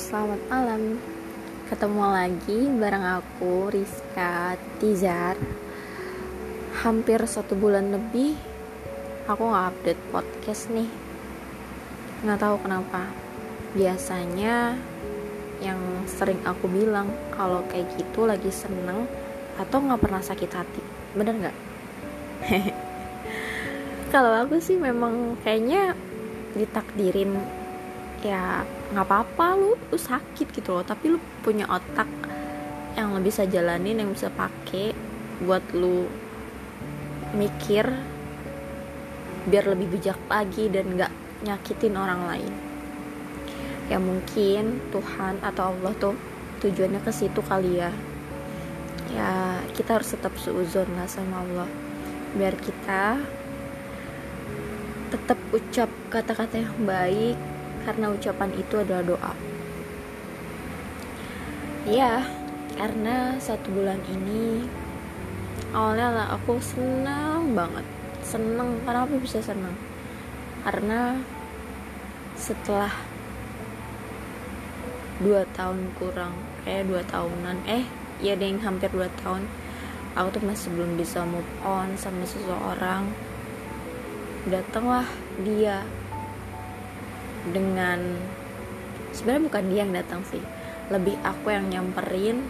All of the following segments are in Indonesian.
selamat malam. Ketemu lagi bareng aku, Rizka Tizar. Hampir 1 bulan lebih aku gak update podcast nih. Gak tahu kenapa. Biasanya yang sering aku bilang kalau kayak gitu lagi seneng atau gak pernah sakit hati. Bener gak? Kalau aku sih memang kayaknya ditakdirin, ya nggak apa-apa lu sakit gitu loh, tapi lu punya otak yang lebih bisa jalanin, yang bisa pakai buat lu mikir biar lebih bijak lagi dan nggak nyakitin orang lain. Ya mungkin Tuhan atau Allah tuh tujuannya ke situ kali ya. Ya kita harus tetap suudzon lah sama Allah biar kita tetap ucap kata-kata yang baik, karena ucapan itu adalah doa. Ya, karena 1 bulan ini awalnya lah aku senang banget. Senang, kenapa bisa senang? Karena setelah 2 tahun kurang, kayak 2 tahunan, ya ada yang hampir 2 tahun, aku tuh masih belum bisa move on sama seseorang. Datanglah dia dengan, sebenarnya bukan dia yang datang sih, lebih aku yang nyamperin,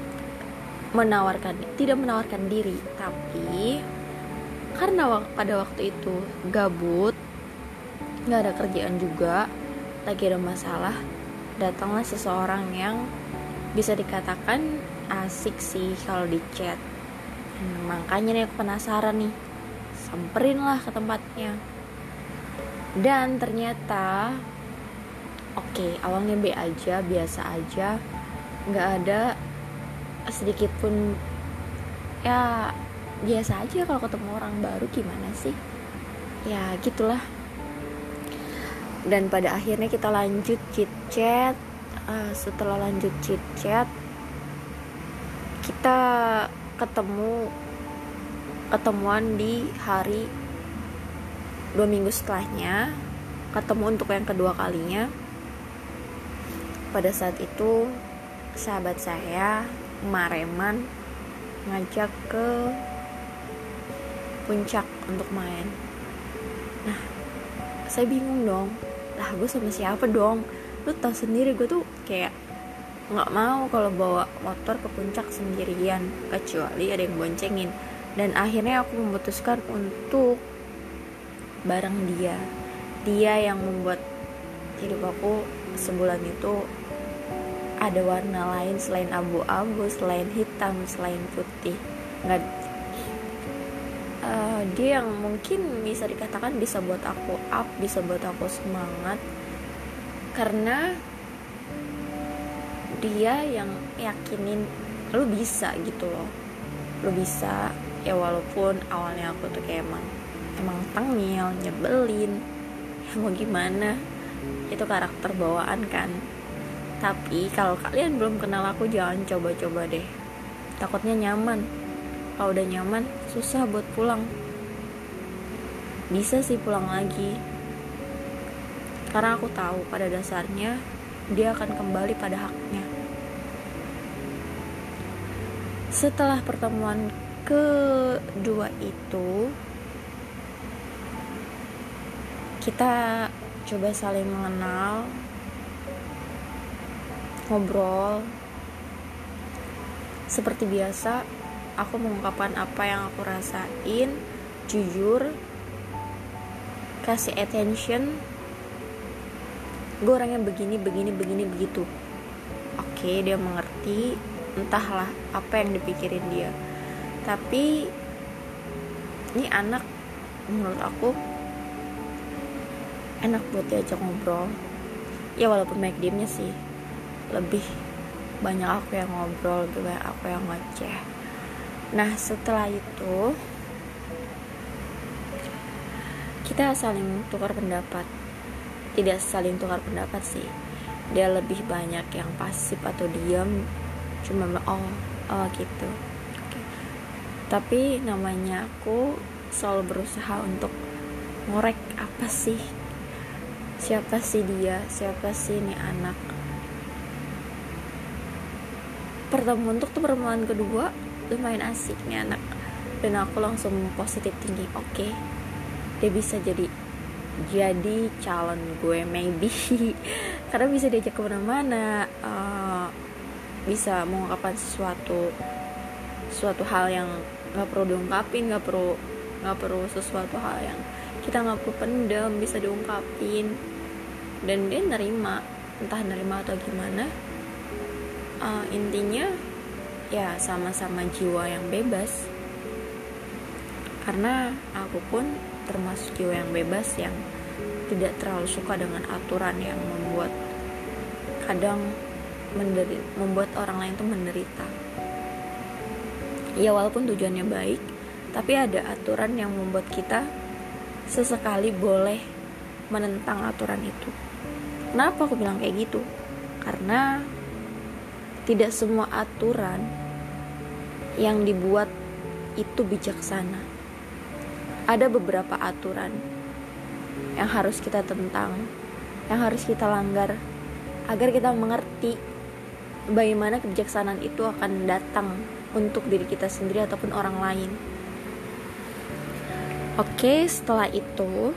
tidak menawarkan diri, tapi karena pada waktu itu gabut, nggak ada kerjaan juga, lagi ada masalah, datanglah seseorang yang bisa dikatakan asik sih kalau di chat. Makanya nih aku penasaran nih, samperin lah ke tempatnya. Dan ternyata awalnya B aja, biasa aja, nggak ada sedikit pun, ya biasa aja kalau ketemu orang baru, gimana sih, ya gitulah. Dan pada akhirnya kita lanjut chit chat. Setelah lanjut chit chat, kita ketemuan di hari 2 minggu setelahnya, ketemu untuk yang kedua kalinya. Pada saat itu sahabat saya, Mareman, ngajak ke puncak untuk main. Nah, saya bingung dong, lah gue sama siapa dong? Lu tau sendiri gue tuh kayak gak mau kalau bawa motor ke puncak sendirian, kecuali ada yang boncengin. Dan akhirnya aku memutuskan untuk bareng dia yang membuat hidup aku sebulan itu ada warna lain selain abu-abu, selain hitam, selain putih. Dia yang mungkin bisa dikatakan bisa buat aku up, bisa buat aku semangat, karena dia yang yakinin lu bisa gitu loh, lu bisa. Ya walaupun awalnya aku tuh kayak emang tengil, nyebelin, ya mau gimana, itu karakter bawaan kan. Tapi kalau kalian belum kenal aku, jangan coba-coba deh, takutnya nyaman. Kalau udah nyaman, susah buat pulang. Bisa sih pulang lagi, karena aku tahu pada dasarnya dia akan kembali pada haknya. Setelah pertemuan kedua itu, kita coba saling mengenal, ngobrol. Seperti biasa, aku mengungkapkan apa yang aku rasain, jujur, kasih attention. Gue orangnya begini begitu. Oke, dia mengerti, entahlah apa yang dipikirin dia. Tapi ini anak menurut aku enak buat diajak ngobrol. Ya walaupun baik diemnya sih, lebih banyak aku yang ngobrol, lebih banyak aku yang ngoceh. Nah setelah itu kita saling tukar pendapat. Tidak saling tukar pendapat sih, dia lebih banyak yang pasif atau diam, cuma gitu. Tapi namanya aku selalu berusaha untuk ngorek, siapa sih dia, siapa sih ini anak. pertemuan kedua lumayan asik nih anak, dan aku langsung positif tinggi. Oke, dia bisa jadi calon gue maybe karena bisa diajak kemana-mana, bisa mengungkapkan suatu hal yang nggak perlu diungkapin, nggak perlu sesuatu hal yang kita nggak perlu pendam, bisa diungkapin. Dan dia nerima, entah nerima atau gimana, intinya ya sama-sama jiwa yang bebas. Karena aku pun termasuk jiwa yang bebas yang tidak terlalu suka dengan aturan yang membuat orang lain tuh menderita. Ya walaupun tujuannya baik, tapi ada aturan yang membuat kita sesekali boleh menentang aturan itu. Kenapa aku bilang kayak gitu? Karena tidak semua aturan yang dibuat itu bijaksana. Ada beberapa aturan yang harus kita tentang, yang harus kita langgar, agar kita mengerti bagaimana kebijaksanaan itu akan datang untuk diri kita sendiri ataupun orang lain. Oke, setelah itu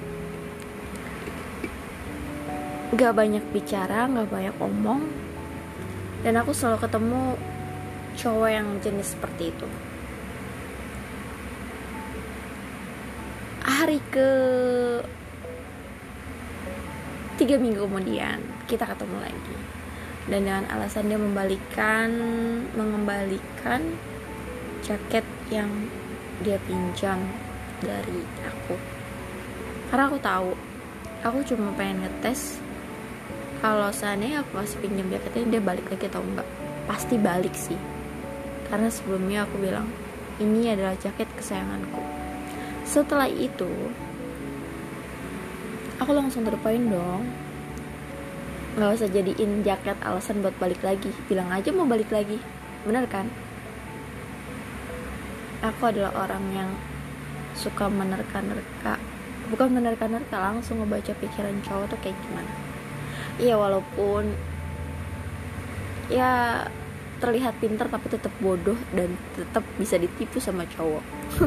gak banyak bicara, gak banyak omong, dan aku selalu ketemu cowok yang jenis seperti itu. Hari ke 3 minggu kemudian kita ketemu lagi, dan dengan alasan dia mengembalikan jaket yang dia pinjam dari aku. Karena aku tahu aku cuma pengen ngetes kalau seandainya aku kasih pinjam jaketnya dia balik lagi atau enggak. Pasti balik sih, karena sebelumnya aku bilang ini adalah jaket kesayanganku. Setelah itu aku langsung terpain dong, gak usah jadiin jaket alasan buat balik lagi, bilang aja mau balik lagi, bener kan? Aku adalah orang yang suka menerka-nerka, bukan menerka-nerka, langsung ngebaca pikiran cowok tuh kayak gimana. Iya, walaupun ya terlihat pintar tapi tetap bodoh dan tetap bisa ditipu sama cowok.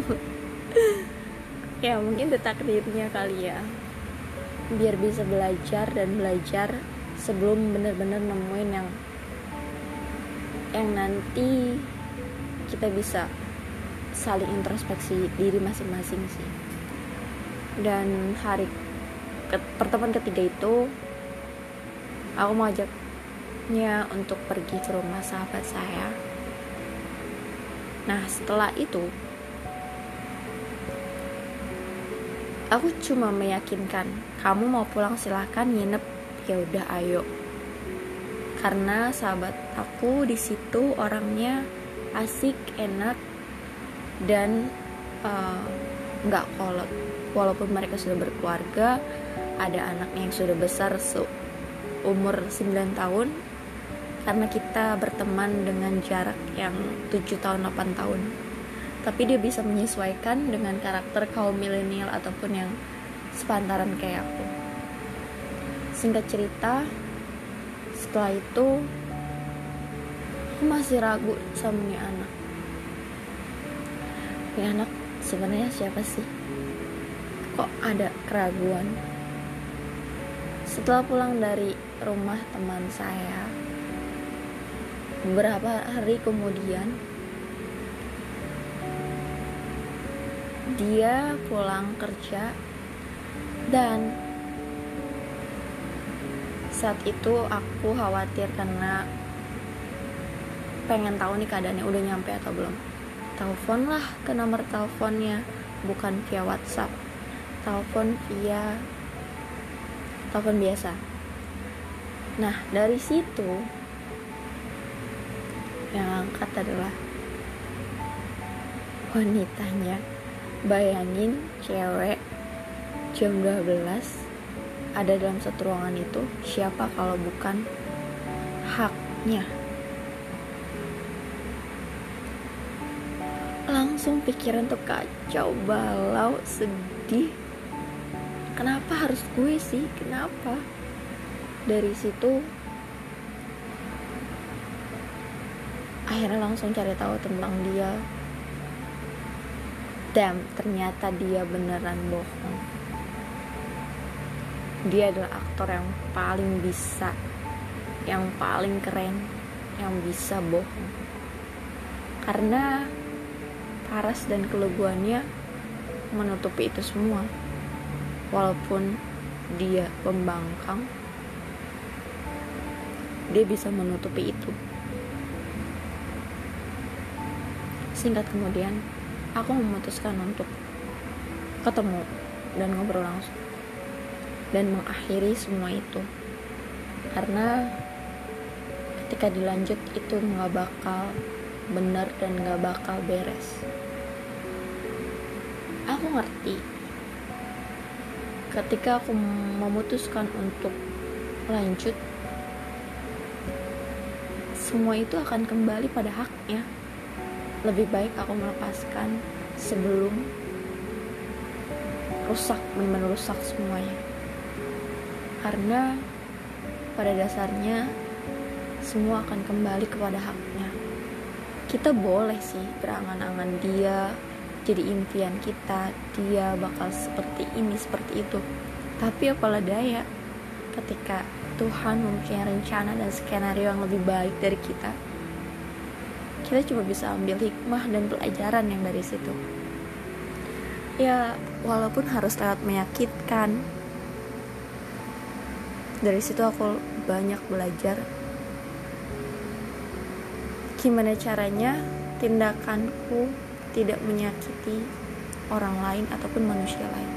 Ya mungkin itu takdirnya kali ya, biar bisa belajar sebelum benar-benar nemuin yang nanti kita bisa saling introspeksi diri masing-masing sih. Dan pertemuan ketiga itu aku mau ajaknya untuk pergi ke rumah sahabat saya. Nah setelah itu aku cuma meyakinkan, kamu mau pulang silahkan, nginep ya udah ayo. Karena sahabat aku di situ orangnya asik, enak, dan nggak kolot. Walaupun mereka sudah berkeluarga, ada anaknya yang sudah besar umur 9 tahun, karena kita berteman dengan jarak yang 7 tahun 8 tahun. Tapi dia bisa menyesuaikan dengan karakter kaum milenial ataupun yang sepantaran kayak aku. Singkat cerita, setelah itu aku masih ragu sama nih anak. Ini anak sebenarnya siapa sih? Kok ada keraguan? Setelah pulang dari rumah teman saya, beberapa hari kemudian dia pulang kerja, dan saat itu aku khawatir karena pengen tahu nih keadaannya udah nyampe atau belum. Telepon lah ke nomor teleponnya, bukan via WhatsApp, telepon biasa. Nah dari situ yang angkat adalah wanitanya. Bayangin cewek jam 12 ada dalam satu ruangan itu, siapa kalau bukan haknya. Langsung pikiran tuh kacau balau, sedih. Kenapa harus gue sih? Kenapa? Dari situ Akhirnya langsung cari tahu tentang dia. Dan ternyata dia beneran bohong. Dia adalah aktor yang paling bisa, yang paling keren, yang bisa bohong. Karena paras dan keleguannya menutupi itu semua. Walaupun dia pembangkang, dia bisa menutupi itu. Singkat kemudian, aku memutuskan untuk ketemu dan ngobrol langsung dan mengakhiri semua itu. Karena ketika dilanjut itu gak bakal benar dan gak bakal beres. Aku ngerti ketika aku memutuskan untuk lanjut, semua itu akan kembali pada haknya. Lebih baik aku melepaskan sebelum benar-benar rusak semuanya. Karena pada dasarnya semua akan kembali kepada haknya. Kita boleh sih berangan-angan dia jadi impian kita, dia bakal seperti ini, seperti itu. Tapi apalah daya ketika Tuhan mempunyai rencana dan skenario yang lebih baik dari kita. Kita cuma bisa ambil hikmah dan pelajaran yang dari situ. Ya, walaupun harus lewat menyakitkan. Dari situ aku banyak belajar gimana caranya tindakanku tidak menyakiti orang lain ataupun manusia lain.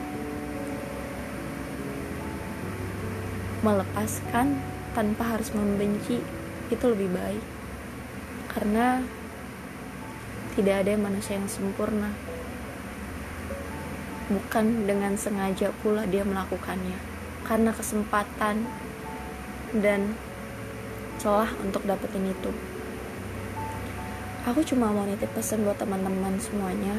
Melepaskan tanpa harus membenci itu lebih baik. Karena tidak ada manusia yang sempurna. Bukan dengan sengaja pula dia melakukannya, karena kesempatan dan celah untuk dapetin itu. Aku cuma mau nitip pesan buat teman-teman semuanya.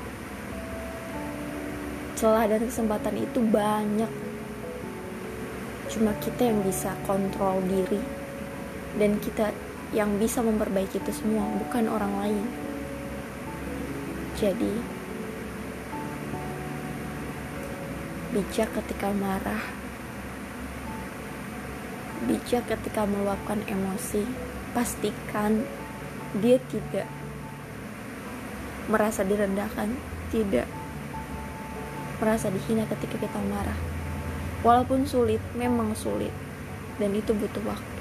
Celah dan kesempatan itu banyak. Cuma kita yang bisa kontrol diri, dan kita yang bisa memperbaiki itu semua, bukan orang lain. Jadi, bijak ketika marah, bijak ketika meluapkan emosi. Pastikan dia tidak merasa direndahkan, tidak merasa dihina ketika kita marah. Walaupun sulit, memang sulit, dan itu butuh waktu.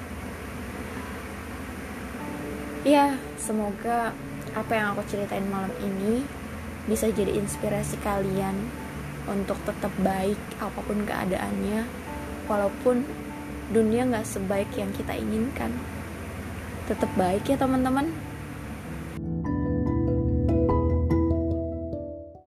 Ya, semoga apa yang aku ceritain malam ini bisa jadi inspirasi kalian untuk tetap baik apapun keadaannya, walaupun dunia gak sebaik yang kita inginkan. Tetap baik ya teman-teman.